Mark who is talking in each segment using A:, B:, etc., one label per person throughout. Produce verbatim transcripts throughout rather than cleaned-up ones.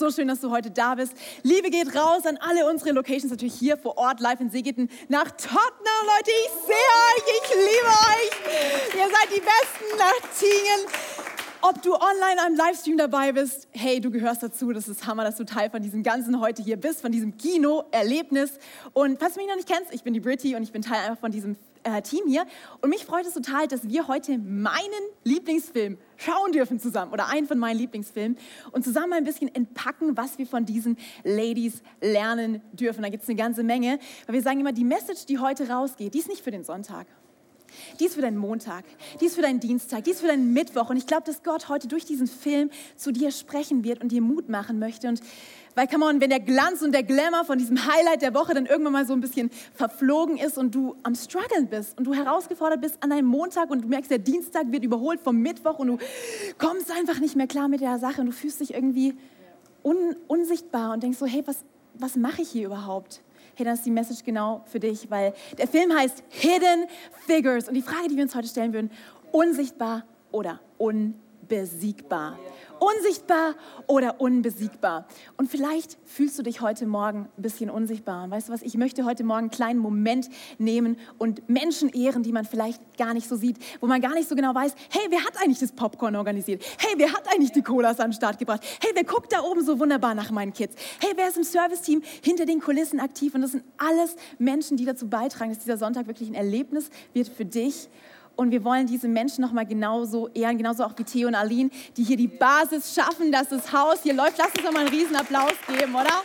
A: so schön, dass du heute da bist. Liebe geht raus an alle unsere Locations, natürlich hier vor Ort, live in Seegeten, nach Tottenham, Leute. Ich sehe euch, ich liebe euch. Ihr seid die Besten, nach Tingen. Ob du online am Livestream dabei bist, hey, du gehörst dazu. Das ist Hammer, dass du Teil von diesem Ganzen heute hier bist, von diesem Kino-Erlebnis. Und falls du mich noch nicht kennst, ich bin die Britti und ich bin Teil einfach von diesem äh, Team hier. Und mich freut es total, dass wir heute meinen Lieblingsfilm schauen dürfen zusammen oder einen von meinen Lieblingsfilmen und zusammen ein bisschen entpacken, was wir von diesen Ladies lernen dürfen. Da gibt es eine ganze Menge, weil wir sagen immer, die Message, die heute rausgeht, die ist nicht für den Sonntag. Die ist für deinen Montag, die ist für deinen Dienstag, die ist für deinen Mittwoch. Und ich glaube, dass Gott heute durch diesen Film zu dir sprechen wird und dir Mut machen möchte. Und weil, come on, wenn der Glanz und der Glamour von diesem Highlight der Woche dann irgendwann mal so ein bisschen verflogen ist und du am Struggeln bist und du herausgefordert bist an deinem Montag und du merkst, der Dienstag wird überholt vom Mittwoch und du kommst einfach nicht mehr klar mit der Sache und du fühlst dich irgendwie un- unsichtbar und denkst so, hey, was, was mache ich hier überhaupt? Hey, dann ist die Message genau für dich, weil der Film heißt Hidden Figures. Und die Frage, die wir uns heute stellen würden, unsichtbar oder unbesiegbar? Unsichtbar oder unbesiegbar? Und vielleicht fühlst du dich heute Morgen ein bisschen unsichtbar. Und weißt du was, ich möchte heute Morgen einen kleinen Moment nehmen und Menschen ehren, die man vielleicht gar nicht so sieht, wo man gar nicht so genau weiß, hey, wer hat eigentlich das Popcorn organisiert? Hey, wer hat eigentlich die Colas an den Start gebracht? Hey, wer guckt da oben so wunderbar nach meinen Kids? Hey, wer ist im Serviceteam hinter den Kulissen aktiv? Und das sind alles Menschen, die dazu beitragen, dass dieser Sonntag wirklich ein Erlebnis wird für dich. Und wir wollen diese Menschen nochmal genauso ehren, genauso auch wie Theo und Aline, die hier die Basis schaffen, dass das Haus hier läuft. Lass uns doch mal einen riesen Applaus geben, oder?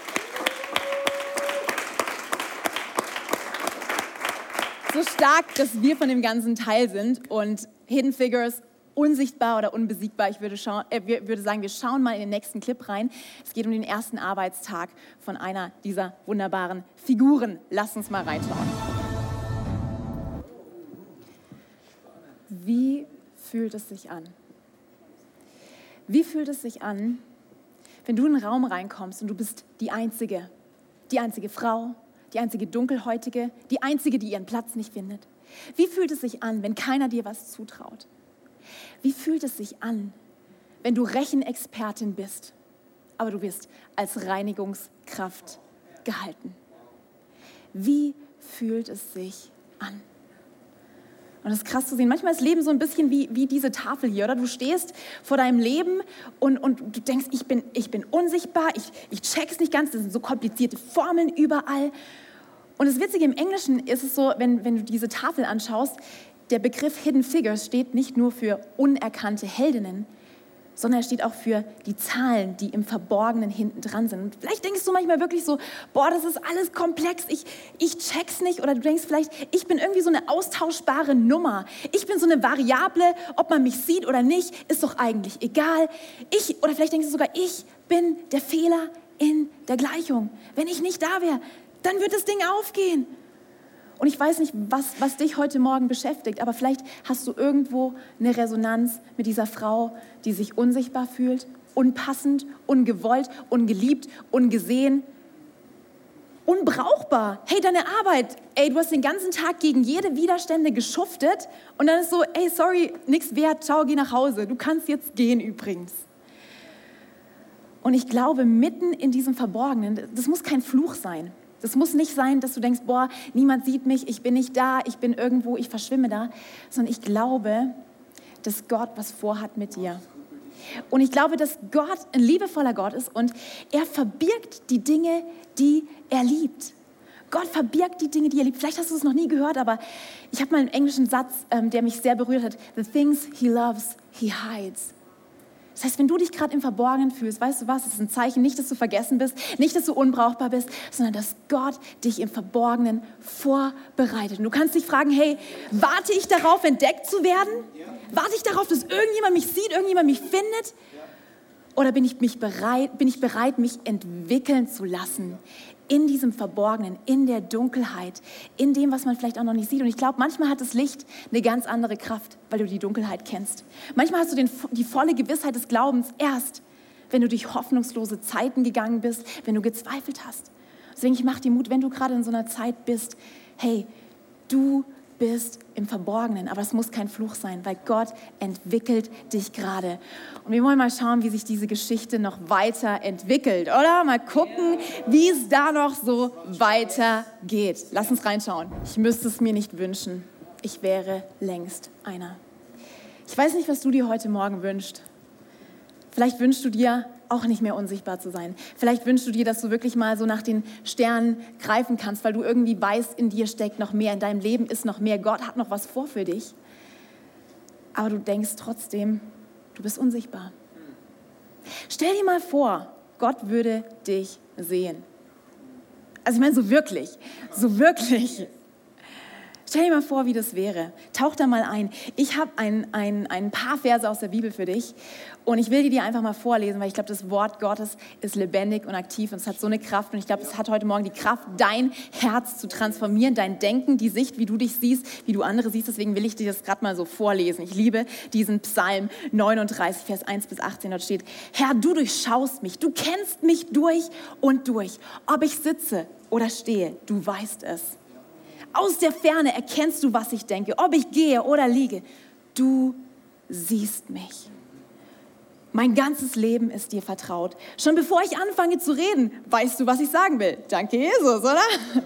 A: So stark, dass wir von dem ganzen Teil sind und Hidden Figures, unsichtbar oder unbesiegbar. Ich würde, schauen, äh, würde sagen, wir schauen mal in den nächsten Clip rein. Es geht um den ersten Arbeitstag von einer dieser wunderbaren Figuren. Lass uns mal reinschauen. Wie fühlt es sich an? Wie fühlt es sich an, wenn du in einen Raum reinkommst und du bist die Einzige, die einzige Frau, die einzige Dunkelhäutige, die einzige, die ihren Platz nicht findet? Wie fühlt es sich an, wenn keiner dir was zutraut? Wie fühlt es sich an, wenn du Rechenexpertin bist, aber du wirst als Reinigungskraft gehalten? Wie fühlt es sich an? Und das ist krass zu sehen. Manchmal ist das Leben so ein bisschen wie, wie diese Tafel hier, oder? Du stehst vor deinem Leben und, und du denkst, ich bin, ich bin unsichtbar, ich, ich check's nicht ganz, das sind so komplizierte Formeln überall. Und das Witzige, im Englischen ist es so, wenn, wenn du diese Tafel anschaust, der Begriff Hidden Figures steht nicht nur für unerkannte Heldinnen, sondern er steht auch für die Zahlen, die im Verborgenen hinten dran sind. Und vielleicht denkst du manchmal wirklich so, boah, das ist alles komplex, ich, ich check's nicht. Oder du denkst vielleicht, ich bin irgendwie so eine austauschbare Nummer. Ich bin so eine Variable, ob man mich sieht oder nicht, ist doch eigentlich egal. Ich, oder vielleicht denkst du sogar, ich bin der Fehler in der Gleichung. Wenn ich nicht da wäre, dann wird das Ding aufgehen. Und ich weiß nicht, was, was dich heute Morgen beschäftigt, aber vielleicht hast du irgendwo eine Resonanz mit dieser Frau, die sich unsichtbar fühlt, unpassend, ungewollt, ungeliebt, ungesehen, unbrauchbar. Hey, deine Arbeit, ey, du hast den ganzen Tag gegen jede Widerstände geschuftet und dann ist so, ey, sorry, nix wert, ciao, geh nach Hause. Du kannst jetzt gehen übrigens. Und ich glaube, mitten in diesem Verborgenen, das muss kein Fluch sein. Das muss nicht sein, dass du denkst, boah, niemand sieht mich, ich bin nicht da, ich bin irgendwo, ich verschwimme da, sondern ich glaube, dass Gott was vorhat mit dir. Und ich glaube, dass Gott ein liebevoller Gott ist und er verbirgt die Dinge, die er liebt. Gott verbirgt die Dinge, die er liebt. Vielleicht hast du es noch nie gehört, aber ich habe mal einen englischen Satz, der mich sehr berührt hat. The things he loves, he hides. Das heißt, wenn du dich gerade im Verborgenen fühlst, weißt du was, das ist ein Zeichen, nicht, dass du vergessen bist, nicht, dass du unbrauchbar bist, sondern dass Gott dich im Verborgenen vorbereitet. Und du kannst dich fragen, hey, warte ich darauf, entdeckt zu werden? Warte ich darauf, dass irgendjemand mich sieht, irgendjemand mich findet? Oder bin ich, mich bereit, bin ich bereit, mich entwickeln zu lassen in diesem Verborgenen, in der Dunkelheit, in dem, was man vielleicht auch noch nicht sieht? Und ich glaube, manchmal hat das Licht eine ganz andere Kraft, weil du die Dunkelheit kennst. Manchmal hast du den, die volle Gewissheit des Glaubens erst, wenn du durch hoffnungslose Zeiten gegangen bist, wenn du gezweifelt hast. Deswegen, ich mach dir Mut, wenn du gerade in so einer Zeit bist, hey, du bist im Verborgenen. Aber es muss kein Fluch sein, weil Gott entwickelt dich gerade. Und wir wollen mal schauen, wie sich diese Geschichte noch weiterentwickelt, oder? Mal gucken, wie es da noch so weitergeht. Lass uns reinschauen. Ich müsste es mir nicht wünschen. Ich wäre längst einer. Ich weiß nicht, was du dir heute Morgen wünschst. Vielleicht wünschst du dir, auch nicht mehr unsichtbar zu sein. Vielleicht wünschst du dir, dass du wirklich mal so nach den Sternen greifen kannst, weil du irgendwie weißt, in dir steckt noch mehr, in deinem Leben ist noch mehr, Gott hat noch was vor für dich. Aber du denkst trotzdem, du bist unsichtbar. Stell dir mal vor, Gott würde dich sehen. Also ich meine so wirklich, so wirklich. Stell dir mal vor, wie das wäre. Tauch da mal ein. Ich habe ein, ein, ein paar Verse aus der Bibel für dich und ich will die dir einfach mal vorlesen, weil ich glaube, das Wort Gottes ist lebendig und aktiv und es hat so eine Kraft und ich glaube, es hat heute Morgen die Kraft, dein Herz zu transformieren, dein Denken, die Sicht, wie du dich siehst, wie du andere siehst. Deswegen will ich dir das gerade mal so vorlesen. Ich liebe diesen Psalm neununddreißig, Vers eins bis achtzehn. Dort steht, Herr, du durchschaust mich, du kennst mich durch und durch. Ob ich sitze oder stehe, du weißt es. Aus der Ferne erkennst du, was ich denke, ob ich gehe oder liege. Du siehst mich. Mein ganzes Leben ist dir vertraut. Schon bevor ich anfange zu reden, weißt du, was ich sagen will. Danke, Jesus, oder?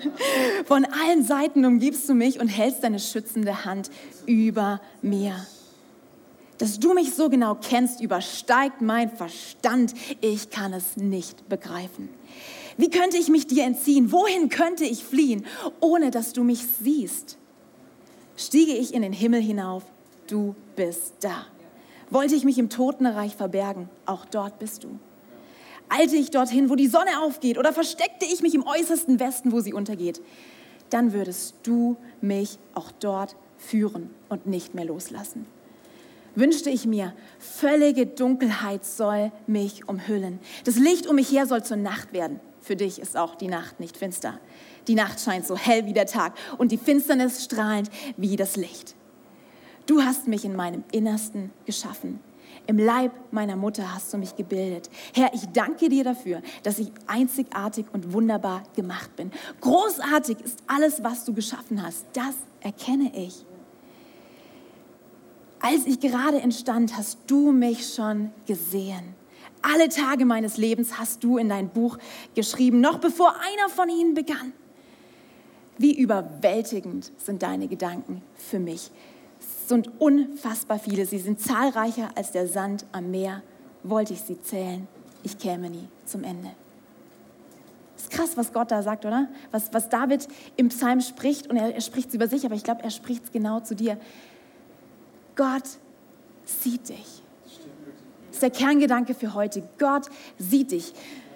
A: Von allen Seiten umgibst du mich und hältst deine schützende Hand über mir. Dass du mich so genau kennst, übersteigt mein Verstand. Ich kann es nicht begreifen. Wie könnte ich mich dir entziehen? Wohin könnte ich fliehen, ohne dass du mich siehst? Stiege ich in den Himmel hinauf, du bist da. Wollte ich mich im Totenreich verbergen, auch dort bist du. Eilte ich dorthin, wo die Sonne aufgeht, oder versteckte ich mich im äußersten Westen, wo sie untergeht, dann würdest du mich auch dort führen und nicht mehr loslassen. Wünschte ich mir, völlige Dunkelheit soll mich umhüllen. Das Licht um mich her soll zur Nacht werden. Für dich ist auch die Nacht nicht finster. Die Nacht scheint so hell wie der Tag und die Finsternis strahlend wie das Licht. Du hast mich in meinem Innersten geschaffen. Im Leib meiner Mutter hast du mich gebildet. Herr, ich danke dir dafür, dass ich einzigartig und wunderbar gemacht bin. Großartig ist alles, was du geschaffen hast. Das erkenne ich. Als ich gerade entstand, hast du mich schon gesehen. Alle Tage meines Lebens hast du in dein Buch geschrieben, noch bevor einer von ihnen begann. Wie überwältigend sind deine Gedanken für mich. Es sind unfassbar viele. Sie sind zahlreicher als der Sand am Meer. Wollte ich sie zählen, ich käme nie zum Ende. Das ist krass, was Gott da sagt, oder? Was, was David im Psalm spricht, und er, er spricht es über sich, aber ich glaube, er spricht es genau zu dir. Gott sieht dich. Das ist der Kerngedanke für heute. Gott sieht dich.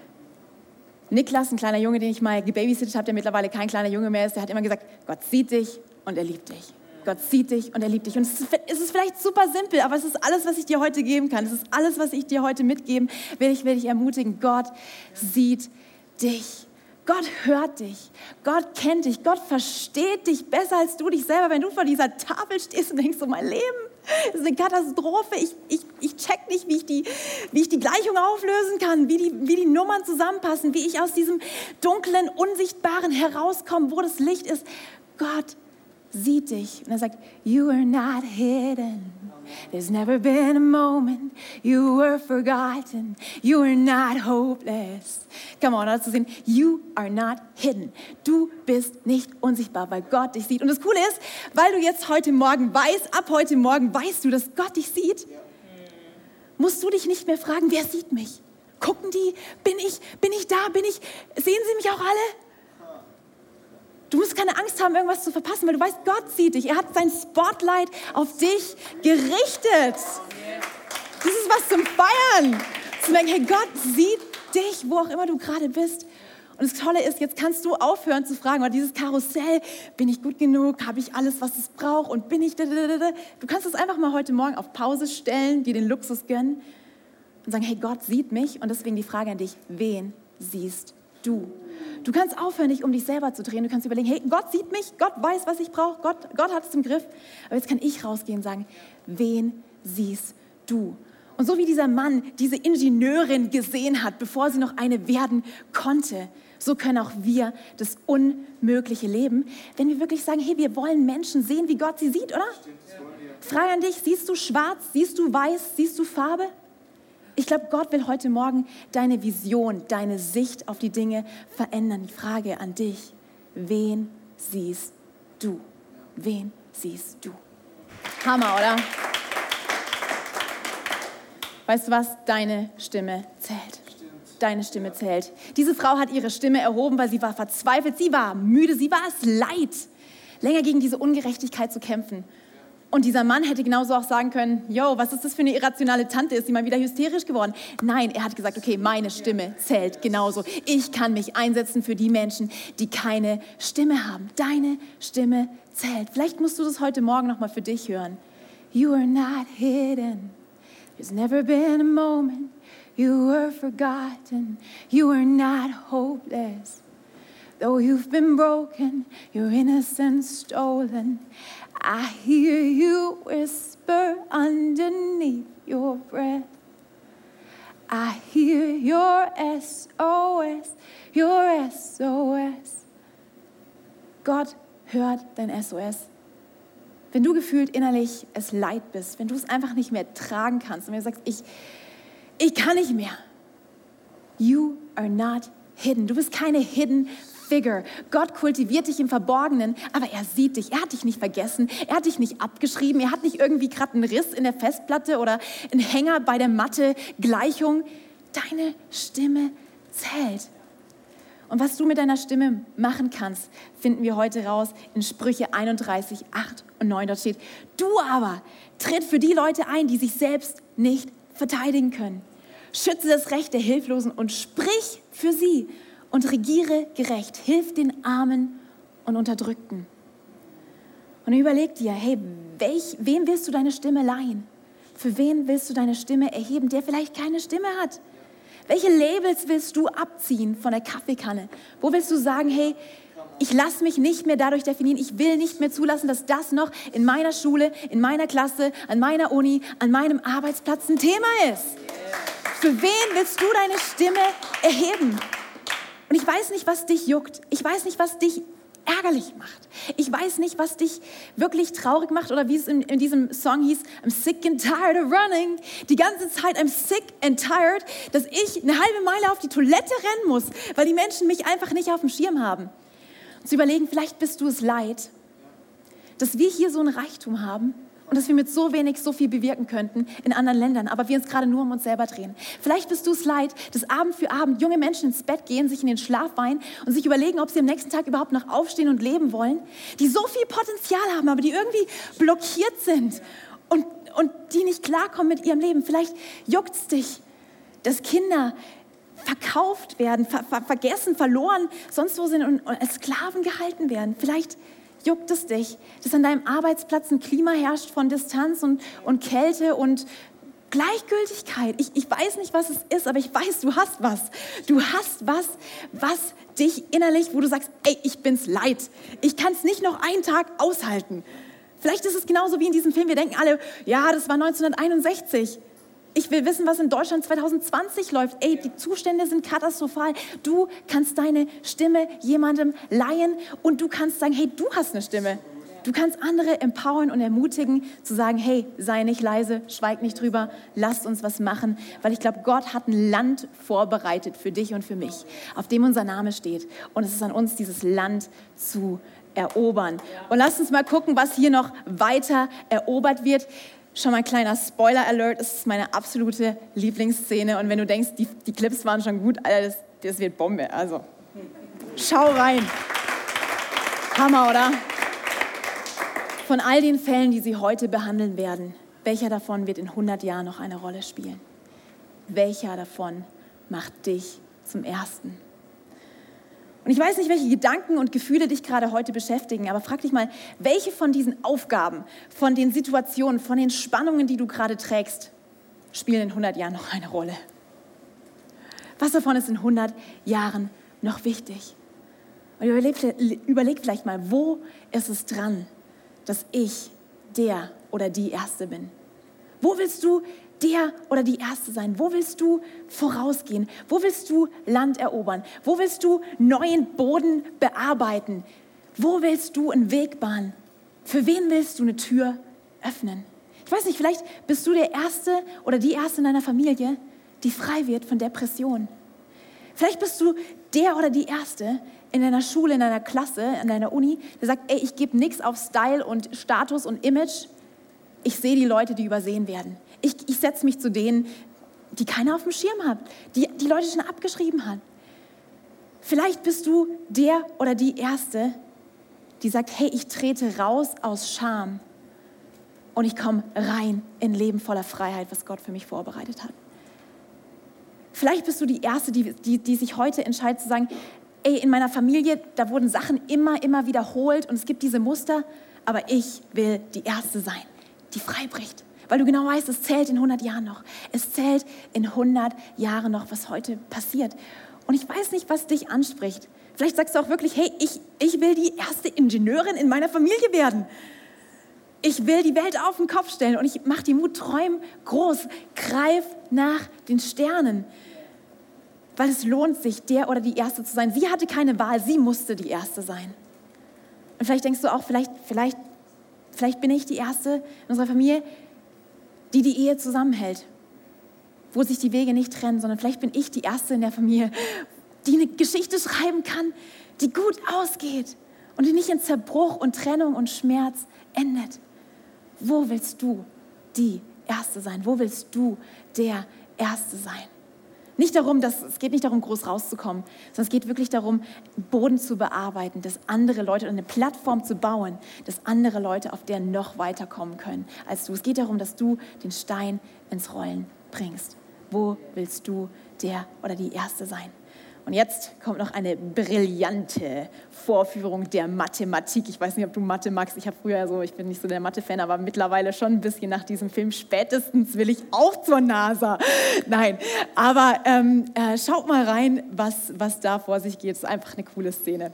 A: Niklas, ein kleiner Junge, den ich mal gebabysittet habe, der mittlerweile kein kleiner Junge mehr ist, der hat immer gesagt, Gott sieht dich und er liebt dich. Gott sieht dich und er liebt dich. Und es ist, es ist vielleicht super simpel, aber es ist alles, was ich dir heute geben kann. Es ist alles, was ich dir heute mitgeben will. Ich will dich ermutigen. Gott sieht dich. Gott hört dich. Gott kennt dich. Gott versteht dich besser als du dich selber. Wenn du vor dieser Tafel stehst und denkst, so mein Leben ist eine Katastrophe. Ich, ich, ich check nicht, wie ich, die, wie ich die Gleichung auflösen kann, wie die, wie die Nummern zusammenpassen, wie ich aus diesem dunklen, unsichtbaren herauskomme, wo das Licht ist. Gott sieht dich. Und er sagt, you are not hidden. There's never been a moment you were forgotten. You are not hopeless. Come on, dazu sehen, you are not hidden. Du bist nicht unsichtbar, weil Gott dich sieht. Und das Coole ist, weil du jetzt heute Morgen weißt, ab heute Morgen weißt du, dass Gott dich sieht, musst du dich nicht mehr fragen, wer sieht mich? Gucken die? Bin ich, bin ich da? Bin ich, sehen sie mich auch alle? Du musst keine Angst haben, irgendwas zu verpassen, weil du weißt, Gott sieht dich. Er hat sein Spotlight auf dich gerichtet. Das ist was zum Feiern. Zu denken, hey, Gott sieht dich, wo auch immer du gerade bist. Und das Tolle ist, jetzt kannst du aufhören zu fragen, oder dieses Karussell, bin ich gut genug, habe ich alles, was es braucht und bin ich... Du kannst es einfach mal heute Morgen auf Pause stellen, dir den Luxus gönnen und sagen, hey, Gott sieht mich. Und deswegen die Frage an dich, wen siehst du? Du kannst aufhören, dich um dich selber zu drehen. Du kannst überlegen, hey, Gott sieht mich, Gott weiß, was ich brauche, Gott, Gott hat es im Griff. Aber jetzt kann ich rausgehen und sagen, wen siehst du? Und so wie dieser Mann diese Ingenieurin gesehen hat, bevor sie noch eine werden konnte, so können auch wir das Unmögliche leben, wenn wir wirklich sagen, hey, wir wollen Menschen sehen, wie Gott sie sieht, oder? Frage an dich, siehst du schwarz, siehst du weiß, siehst du Farbe? Ich glaube, Gott will heute Morgen deine Vision, deine Sicht auf die Dinge verändern. Die Frage an dich, wen siehst du? Wen siehst du? Hammer, oder? Weißt du was? Deine Stimme zählt. Deine Stimme zählt. Diese Frau hat ihre Stimme erhoben, weil sie war verzweifelt, sie war müde, sie war es leid, länger gegen diese Ungerechtigkeit zu kämpfen. Und dieser Mann hätte genauso auch sagen können, yo, was ist das für eine irrationale Tante, ist sie mal wieder hysterisch geworden? Nein, er hat gesagt, okay, meine Stimme zählt genauso. Ich kann mich einsetzen für die Menschen, die keine Stimme haben. Deine Stimme zählt. Vielleicht musst du das heute Morgen nochmal für dich hören. You are not hidden. There's never been a moment you were forgotten. You are not hopeless. Though you've been broken, your innocence stolen. I hear you whisper underneath your breath. I hear your S O S, your S O S. Gott hört dein S O S. Wenn du gefühlt innerlich es leid bist, wenn du es einfach nicht mehr tragen kannst und wenn du sagst, ich, ich kann nicht mehr. You are not hidden. Du bist keine hidden figure. Gott kultiviert dich im Verborgenen, aber er sieht dich. Er hat dich nicht vergessen. Er hat dich nicht abgeschrieben. Er hat nicht irgendwie gerade einen Riss in der Festplatte oder einen Hänger bei der Mathe-Gleichung. Deine Stimme zählt. Und was du mit deiner Stimme machen kannst, finden wir heute raus in Sprüche einunddreißig, acht und neun. Dort steht, du aber tritt für die Leute ein, die sich selbst nicht verteidigen können. Schütze das Recht der Hilflosen und sprich für sie und regiere gerecht. Hilf den Armen und Unterdrückten. Und überleg dir, hey, welch, wem willst du deine Stimme leihen? Für wen willst du deine Stimme erheben, der vielleicht keine Stimme hat? Welche Labels willst du abziehen von der Kaffeekanne? Wo willst du sagen, hey, ich lasse mich nicht mehr dadurch definieren, ich will nicht mehr zulassen, dass das noch in meiner Schule, in meiner Klasse, an meiner Uni, an meinem Arbeitsplatz ein Thema ist? Für wen willst du deine Stimme erheben? Und ich weiß nicht, was dich juckt. Ich weiß nicht, was dich ärgerlich macht. Ich weiß nicht, was dich wirklich traurig macht oder wie es in, in diesem Song hieß, I'm sick and tired of running. Die ganze Zeit, I'm sick and tired, dass ich eine halbe Meile auf die Toilette rennen muss, weil die Menschen mich einfach nicht auf dem Schirm haben. Und zu überlegen, vielleicht bist du es leid, dass wir hier so ein Reichtum haben und dass wir mit so wenig so viel bewirken könnten in anderen Ländern, aber wir uns gerade nur um uns selber drehen. Vielleicht bist du es leid, dass Abend für Abend junge Menschen ins Bett gehen, sich in den Schlaf weinen und sich überlegen, ob sie am nächsten Tag überhaupt noch aufstehen und leben wollen, die so viel Potenzial haben, aber die irgendwie blockiert sind und, und die nicht klarkommen mit ihrem Leben. Vielleicht juckt es dich, dass Kinder verkauft werden, ver- ver- vergessen, verloren, sonst wo sind und, und als Sklaven gehalten werden. Vielleicht juckt es dich, dass an deinem Arbeitsplatz ein Klima herrscht von Distanz und, und Kälte und Gleichgültigkeit. Ich, ich weiß nicht, was es ist, aber ich weiß, du hast was. Du hast was, was dich innerlich, wo du sagst, ey, ich bin's leid. Ich kann es nicht noch einen Tag aushalten. Vielleicht ist es genauso wie in diesem Film. Wir denken alle, ja, das war neunzehnhunderteinundsechzig. Ich will wissen, was in Deutschland zwanzig zwanzig läuft. Ey, die Zustände sind katastrophal. Du kannst deine Stimme jemandem leihen und du kannst sagen, hey, du hast eine Stimme. Du kannst andere empowern und ermutigen, zu sagen, hey, sei nicht leise, schweig nicht drüber, lasst uns was machen. Weil ich glaube, Gott hat ein Land vorbereitet für dich und für mich, auf dem unser Name steht. Und es ist an uns, dieses Land zu erobern. Und lasst uns mal gucken, was hier noch weiter erobert wird. Schon mal ein kleiner Spoiler-Alert, es ist meine absolute Lieblingsszene. Und wenn du denkst, die, die Clips waren schon gut, Alter, das, das wird Bombe. Also, schau rein. Hammer, oder? Von all den Fällen, die sie heute behandeln werden, welcher davon wird in hundert Jahren noch eine Rolle spielen? Welcher davon macht dich zum Ersten? Und ich weiß nicht, welche Gedanken und Gefühle dich gerade heute beschäftigen, aber frag dich mal, welche von diesen Aufgaben, von den Situationen, von den Spannungen, die du gerade trägst, spielen in hundert Jahren noch eine Rolle? Was davon ist in hundert Jahren noch wichtig? Und überleg, überleg vielleicht mal, wo ist es dran, dass ich der oder die Erste bin? Wo willst du der oder die Erste sein? Wo willst du vorausgehen? Wo willst du Land erobern? Wo willst du neuen Boden bearbeiten? Wo willst du einen Weg bahnen? Für wen willst du eine Tür öffnen? Ich weiß nicht, vielleicht bist du der Erste oder die Erste in deiner Familie, die frei wird von Depressionen. Vielleicht bist du der oder die Erste in deiner Schule, in deiner Klasse, in deiner Uni, der sagt, ey, ich gebe nichts auf Style und Status und Image. Ich sehe die Leute, die übersehen werden. Ich, ich setze mich zu denen, die keiner auf dem Schirm hat, die die Leute schon abgeschrieben hat. Vielleicht bist du der oder die Erste, die sagt, hey, ich trete raus aus Scham und ich komme rein in ein Leben voller Freiheit, was Gott für mich vorbereitet hat. Vielleicht bist du die Erste, die, die, die sich heute entscheidet zu sagen, ey, in meiner Familie, da wurden Sachen immer, immer wiederholt und es gibt diese Muster, aber ich will die Erste sein, die frei bricht. Weil du genau weißt, es zählt in hundert Jahren noch. Es zählt in hundert Jahren noch, was heute passiert. Und ich weiß nicht, was dich anspricht. Vielleicht sagst du auch wirklich, hey, ich, ich will die erste Ingenieurin in meiner Familie werden. Ich will die Welt auf den Kopf stellen und ich mache dir Mut, träum groß, greif nach den Sternen. Weil es lohnt sich, der oder die Erste zu sein. Sie hatte keine Wahl, sie musste die Erste sein. Und vielleicht denkst du auch, vielleicht, vielleicht, vielleicht bin ich die Erste in unserer Familie, die die Ehe zusammenhält, wo sich die Wege nicht trennen, sondern vielleicht bin ich die Erste in der Familie, die eine Geschichte schreiben kann, die gut ausgeht und die nicht in Zerbruch und Trennung und Schmerz endet. Wo willst du die Erste sein? Wo willst du der Erste sein? Nicht darum, dass, es geht nicht darum, groß rauszukommen, sondern es geht wirklich darum, Boden zu bearbeiten, dass andere Leute, eine Plattform zu bauen, dass andere Leute auf der noch weiterkommen können als du. Es geht darum, dass du den Stein ins Rollen bringst. Wo willst du der oder die Erste sein? Und jetzt kommt noch eine brillante Vorführung der Mathematik. Ich weiß nicht, ob du Mathe magst. Ich habe früher so, ich bin nicht so der Mathe-Fan, aber mittlerweile schon ein bisschen nach diesem Film. Spätestens will ich auch zur NASA. Nein, aber ähm, äh, schaut mal rein, was, was da vor sich geht. Es ist einfach eine coole Szene.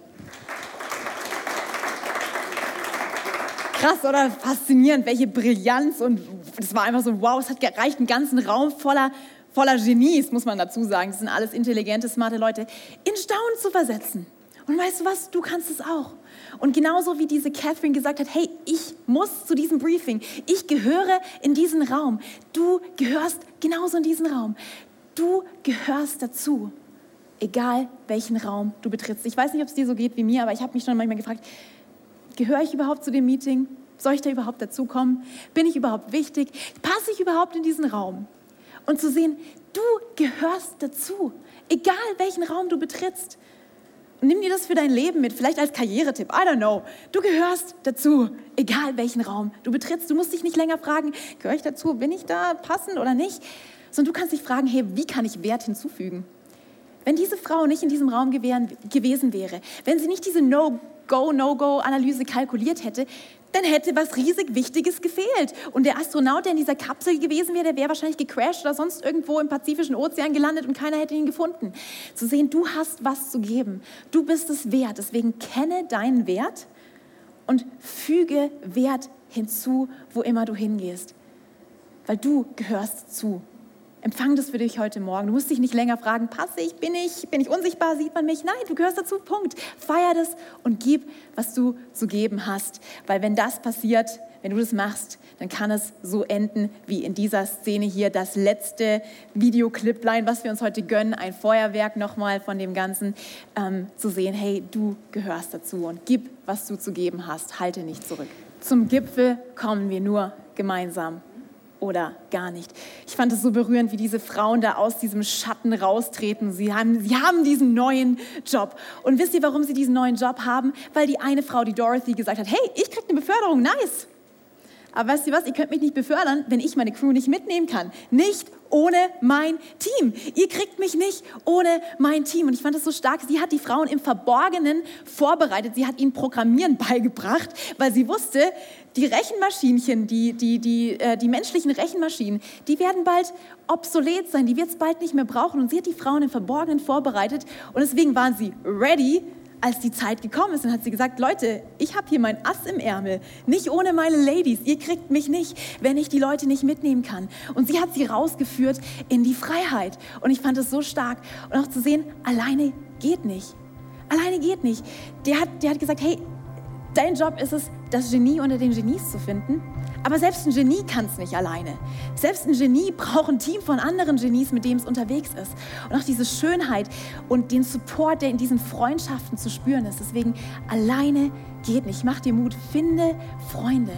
A: Krass, oder? Faszinierend, welche Brillanz. Und das war einfach so, wow, es hat gereicht, einen ganzen Raum voller voller Genies, muss man dazu sagen, das sind alles intelligente, smarte Leute, in Staunen zu versetzen. Und weißt du was, du kannst es auch. Und genauso wie diese Catherine gesagt hat, hey, ich muss zu diesem Briefing, ich gehöre in diesen Raum, du gehörst genauso in diesen Raum, du gehörst dazu, egal welchen Raum du betrittst. Ich weiß nicht, ob es dir so geht wie mir, aber ich habe mich schon manchmal gefragt, gehöre ich überhaupt zu dem Meeting? Soll ich da überhaupt dazukommen? Bin ich überhaupt wichtig? Passe ich überhaupt in diesen Raum? Und zu sehen, du gehörst dazu, egal welchen Raum du betrittst. Und nimm dir das für dein Leben mit, vielleicht als Karrieretipp, I don't know. Du gehörst dazu, egal welchen Raum du betrittst. Du musst dich nicht länger fragen, gehöre ich dazu, bin ich da passend oder nicht? Sondern du kannst dich fragen, hey, wie kann ich Wert hinzufügen? Wenn diese Frau nicht in diesem Raum gewesen wäre, wenn sie nicht diese No-Go, No-Go-Analyse kalkuliert hätte, dann hätte was riesig Wichtiges gefehlt. Und der Astronaut, der in dieser Kapsel gewesen wäre, der wäre wahrscheinlich gecrashed oder sonst irgendwo im Pazifischen Ozean gelandet und keiner hätte ihn gefunden. Zu sehen, du hast was zu geben. Du bist es wert. Deswegen kenne deinen Wert und füge Wert hinzu, wo immer du hingehst. Weil du gehörst zu. Empfang das für dich heute Morgen. Du musst dich nicht länger fragen, passe ich, bin ich, bin ich unsichtbar, sieht man mich? Nein, du gehörst dazu, Punkt. Feier das und gib, was du zu geben hast. Weil wenn das passiert, wenn du das machst, dann kann es so enden wie in dieser Szene hier, das letzte Videocliplein, was wir uns heute gönnen, ein Feuerwerk nochmal von dem Ganzen, ähm, zu sehen, hey, du gehörst dazu und gib, was du zu geben hast, halte nicht zurück. Zum Gipfel kommen wir nur gemeinsam. Oder gar nicht. Ich fand es so berührend, wie diese Frauen da aus diesem Schatten raustreten. Sie haben, sie haben diesen neuen Job. Und wisst ihr, warum sie diesen neuen Job haben? Weil die eine Frau, die Dorothy, gesagt hat, hey, ich krieg eine Beförderung, nice. Aber weißt ihr was, ihr könnt mich nicht befördern, wenn ich meine Crew nicht mitnehmen kann. Nicht ohne mein Team. Ihr kriegt mich nicht ohne mein Team. Und ich fand das so stark. Sie hat die Frauen im Verborgenen vorbereitet. Sie hat ihnen Programmieren beigebracht, weil sie wusste, die Rechenmaschinchen, die, die, die, äh, die menschlichen Rechenmaschinen, die werden bald obsolet sein. Die wird es bald nicht mehr brauchen. Und sie hat die Frauen im Verborgenen vorbereitet. Und deswegen waren sie ready, als die Zeit gekommen ist, dann hat sie gesagt, Leute, ich habe hier mein Ass im Ärmel, nicht ohne meine Ladies, ihr kriegt mich nicht, wenn ich die Leute nicht mitnehmen kann. Und sie hat sie rausgeführt in die Freiheit. Und ich fand es so stark. Und auch zu sehen, alleine geht nicht. Alleine geht nicht. Der hat, der hat gesagt, hey, dein Job ist es, das Genie unter den Genies zu finden. Aber selbst ein Genie kann es nicht alleine. Selbst ein Genie braucht ein Team von anderen Genies, mit dem es unterwegs ist. Und auch diese Schönheit und den Support, der in diesen Freundschaften zu spüren ist. Deswegen, alleine geht nicht. Mach dir Mut. Finde Freunde.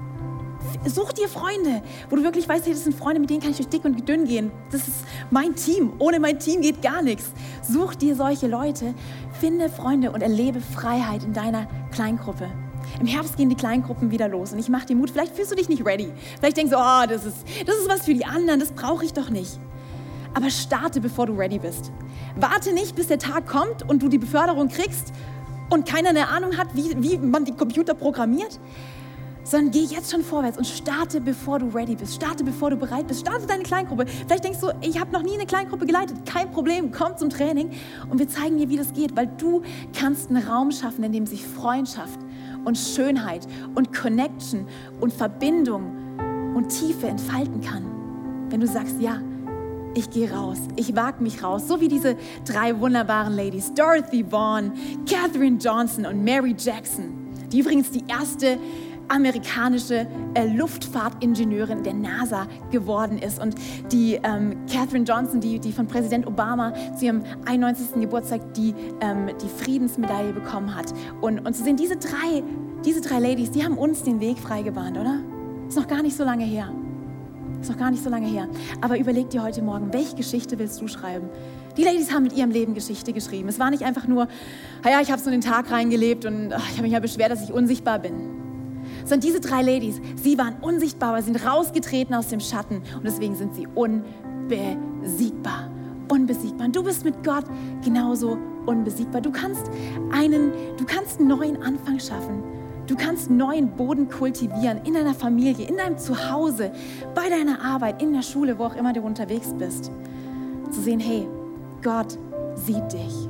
A: Such dir Freunde, wo du wirklich weißt, hey, das sind Freunde, mit denen kann ich durch dick und dünn gehen. Das ist mein Team. Ohne mein Team geht gar nichts. Such dir solche Leute, finde Freunde und erlebe Freiheit in deiner Kleingruppe. Im Herbst gehen die Kleingruppen wieder los und ich mache dir Mut. Vielleicht fühlst du dich nicht ready. Vielleicht denkst du, oh, das ist, das ist was für die anderen, das brauche ich doch nicht. Aber starte, bevor du ready bist. Warte nicht, bis der Tag kommt und du die Beförderung kriegst und keiner eine Ahnung hat, wie, wie man die Computer programmiert, sondern geh jetzt schon vorwärts und starte, bevor du ready bist. Starte, bevor du bereit bist. Starte deine Kleingruppe. Vielleicht denkst du, ich habe noch nie eine Kleingruppe geleitet. Kein Problem, komm zum Training und wir zeigen dir, wie das geht, weil du kannst einen Raum schaffen, in dem sich Freundschaft und Schönheit und Connection und Verbindung und Tiefe entfalten kann. Wenn du sagst, ja, ich gehe raus, ich wage mich raus, so wie diese drei wunderbaren Ladies, Dorothy Vaughan, Katherine Johnson und Mary Jackson, die übrigens die erste amerikanische äh, Luftfahrtingenieurin der NASA geworden ist und die ähm, Katherine Johnson, die, die von Präsident Obama zu ihrem einundneunzigsten Geburtstag die, ähm, die Friedensmedaille bekommen hat. Und, und zu sehen, diese drei, diese drei Ladies, die haben uns den Weg freigebahnt, oder? Ist noch gar nicht so lange her. Ist noch gar nicht so lange her. Aber überleg dir heute Morgen, welche Geschichte willst du schreiben? Die Ladies haben mit ihrem Leben Geschichte geschrieben. Es war nicht einfach nur, naja, ich habe so in den Tag reingelebt und ach, ich habe mich ja beschwert, dass ich unsichtbar bin. Sondern diese drei Ladies, sie waren unsichtbar, aber sind rausgetreten aus dem Schatten und deswegen sind sie unbesiegbar. Unbesiegbar. Und du bist mit Gott genauso unbesiegbar. Du kannst einen, du kannst einen neuen Anfang schaffen. Du kannst neuen Boden kultivieren in deiner Familie, in deinem Zuhause, bei deiner Arbeit, in der Schule, wo auch immer du unterwegs bist. Zu sehen, hey, Gott sieht dich.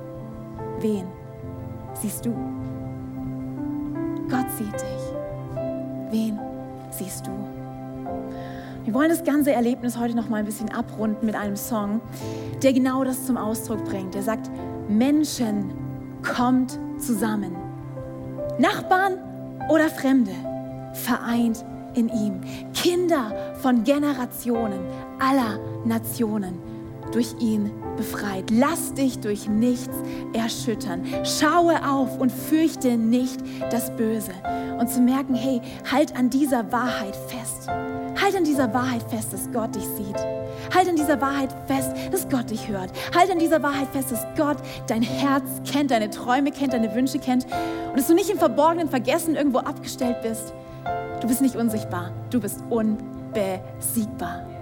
A: Wen siehst du? Gott sieht dich. Wen siehst du? Wir wollen das ganze Erlebnis heute noch mal ein bisschen abrunden mit einem Song, der genau das zum Ausdruck bringt. Der sagt, Menschen, kommt zusammen. Nachbarn oder Fremde, vereint in ihm. Kinder von Generationen aller Nationen, durch ihn befreit. Lass dich durch nichts erschüttern. Schaue auf und fürchte nicht das Böse. Und zu merken, hey, halt an dieser Wahrheit fest. Halt an dieser Wahrheit fest, dass Gott dich sieht. Halt an dieser Wahrheit fest, dass Gott dich hört. Halt an dieser Wahrheit fest, dass Gott dein Herz kennt, deine Träume kennt, deine Wünsche kennt. Und dass du nicht im Verborgenen vergessen irgendwo abgestellt bist. Du bist nicht unsichtbar, du bist unbesiegbar.